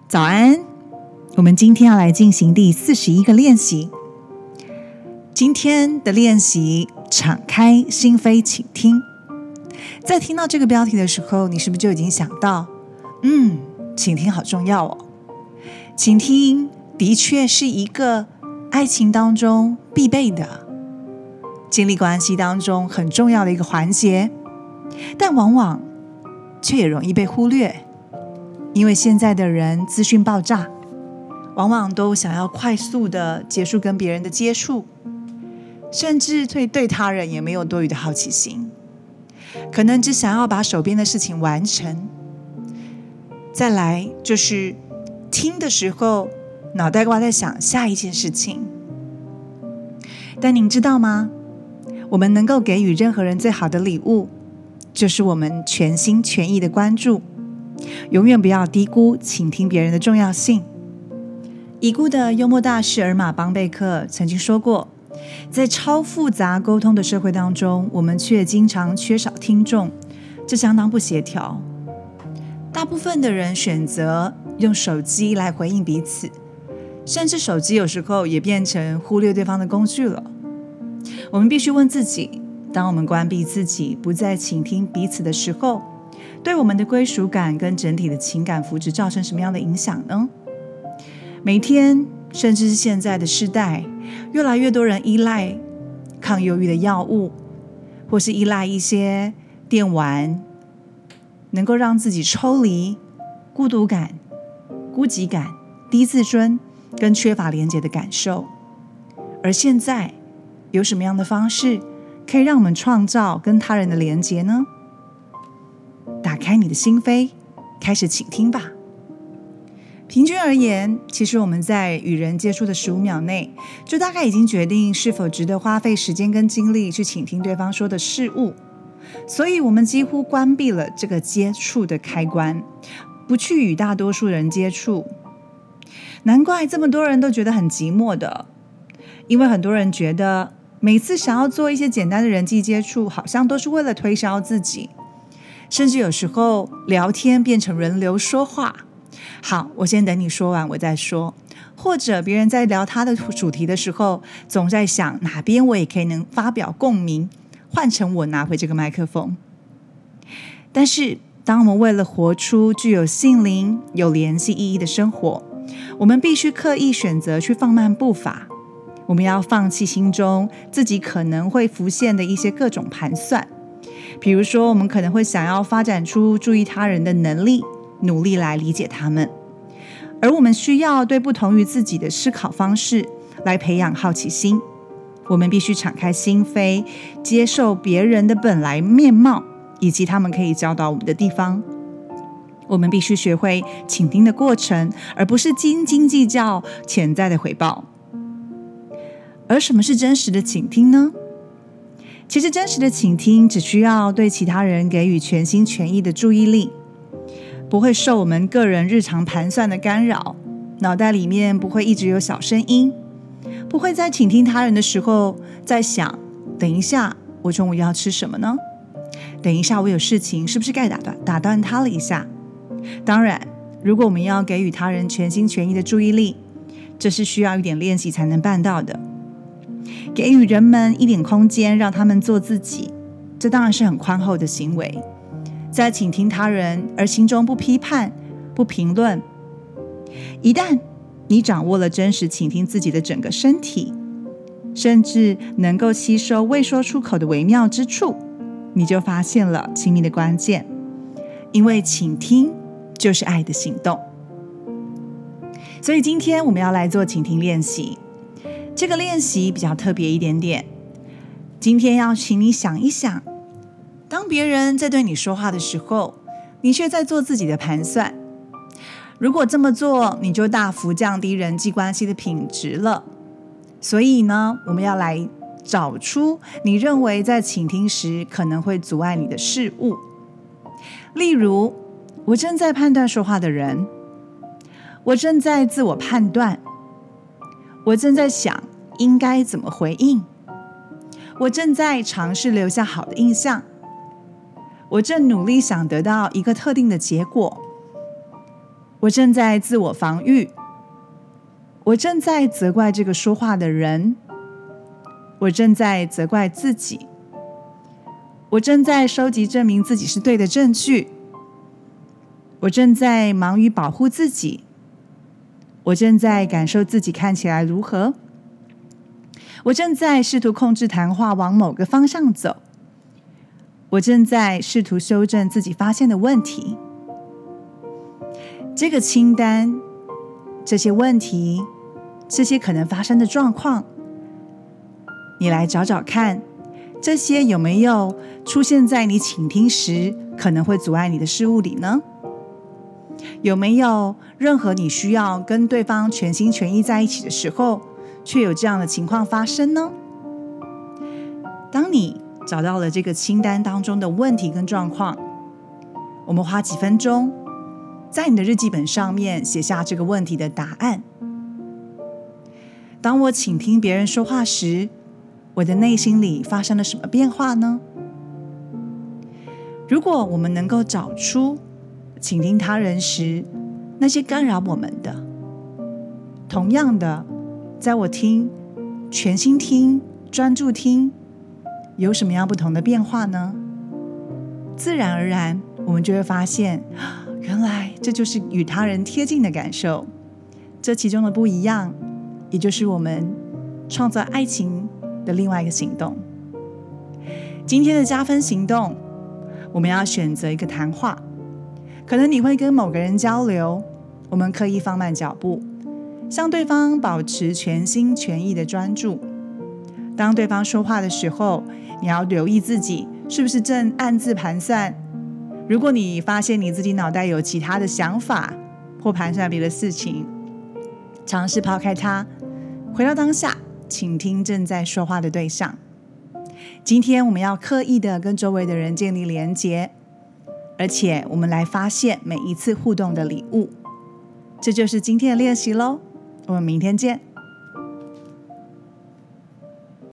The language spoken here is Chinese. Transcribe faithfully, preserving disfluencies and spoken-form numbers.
早安，我们今天要来进行第四十一个练习。今天的练习，敞开心扉倾听。在听到这个标题的时候，你是不是就已经想到，嗯，倾听好重要哦。倾听的确是一个爱情当中必备的，建立关系当中很重要的一个环节，但往往却也容易被忽略。因为现在的人资讯爆炸，往往都想要快速的结束跟别人的接触，甚至对对他人也没有多余的好奇心，可能只想要把手边的事情完成。再来就是听的时候，脑袋瓜在想下一件事情。但您知道吗？我们能够给予任何人最好的礼物，就是我们全心全意的关注。永远不要低估倾听别人的重要性。已故的幽默大师尔玛·邦贝克曾经说过，在超复杂沟通的社会当中，我们却经常缺少听众，这相当不协调。大部分的人选择用手机来回应彼此，甚至手机有时候也变成忽略对方的工具了。我们必须问自己，当我们关闭自己，不再倾听彼此的时候，对我们的归属感跟整体的情感福祉造成什么样的影响呢？每天，甚至是现在的世代，越来越多人依赖抗忧郁的药物，或是依赖一些电玩，能够让自己抽离孤独感、孤寂感、低自尊跟缺乏连结的感受。而现在，有什么样的方式可以让我们创造跟他人的连结呢？打开你的心扉，开始倾听吧。平均而言，其实我们在与人接触的十五秒内，就大概已经决定是否值得花费时间跟精力去倾听对方说的事物。所以我们几乎关闭了这个接触的开关，不去与大多数人接触。难怪这么多人都觉得很寂寞的，因为很多人觉得每次想要做一些简单的人际接触，好像都是为了推销自己。甚至有时候聊天变成轮流说话，好，我先等你说完我再说。或者别人在聊他的主题的时候，总在想哪边我也可以能发表共鸣，换成我拿回这个麦克风。但是当我们为了活出具有性灵、有联系意义的生活，我们必须刻意选择去放慢步伐。我们要放弃心中自己可能会浮现的一些各种盘算。比如说，我们可能会想要发展出注意他人的能力，努力来理解他们。而我们需要对不同于自己的思考方式来培养好奇心。我们必须敞开心扉，接受别人的本来面貌，以及他们可以教导我们的地方。我们必须学会倾听的过程，而不是斤斤计较潜在的回报。而什么是真实的倾听呢？其实真实的倾听只需要对其他人给予全心全意的注意力，不会受我们个人日常盘算的干扰，脑袋里面不会一直有小声音，不会在倾听他人的时候在想，等一下我中午要吃什么呢？等一下我有事情是不是该打断打断他了一下？当然，如果我们要给予他人全心全意的注意力，这是需要一点练习才能办到的。给予人们一点空间，让他们做自己，这当然是很宽厚的行为。在倾听他人而心中不批判、不评论。一旦你掌握了真实倾听自己的整个身体，甚至能够吸收未说出口的微妙之处，你就发现了亲密的关键。因为倾听就是爱的行动。所以今天我们要来做倾听练习。这个练习比较特别一点点，今天要请你想一想，当别人在对你说话的时候，你却在做自己的盘算。如果这么做，你就大幅降低人际关系的品质了。所以呢，我们要来找出你认为在倾听时可能会阻碍你的事物。例如，我正在判断说话的人，我正在自我判断，我正在想应该怎么回应，我正在尝试留下好的印象，我正努力想得到一个特定的结果。 我正在自我防御，我正在责怪这个说话的人，我正在责怪自己，我正在收集证明自己是对的证据，我正在忙于保护自己，我正在感受自己看起来如何，我正在试图控制谈话往某个方向走，我正在试图修正自己发现的问题。这个清单，这些问题，这些可能发生的状况，你来找找看，这些有没有出现在你倾听时可能会阻碍你的事物里呢？有没有任何你需要跟对方全心全意在一起的时候，却有这样的情况发生呢？当你找到了这个清单当中的问题跟状况，我们花几分钟在你的日记本上面写下这个问题的答案。当我倾听别人说话时，我的内心里发生了什么变化呢？如果我们能够找出倾听他人时那些干扰我们的，同样的，在我听、全心听、专注听，有什么样不同的变化呢？自然而然，我们就会发现，原来这就是与他人贴近的感受。这其中的不一样，也就是我们创造爱情的另外一个行动。今天的加分行动，我们要选择一个谈话。可能你会跟某个人交流，我们刻意放慢脚步，向对方保持全心全意的专注。当对方说话的时候，你要留意自己是不是正暗自盘算。如果你发现你自己脑袋有其他的想法，或盘算别的事情，尝试抛开它，回到当下，倾听正在说话的对象。今天我们要刻意的跟周围的人建立连结，而且我们来发现每一次互动的礼物。这就是今天的练习咯，我们明天见。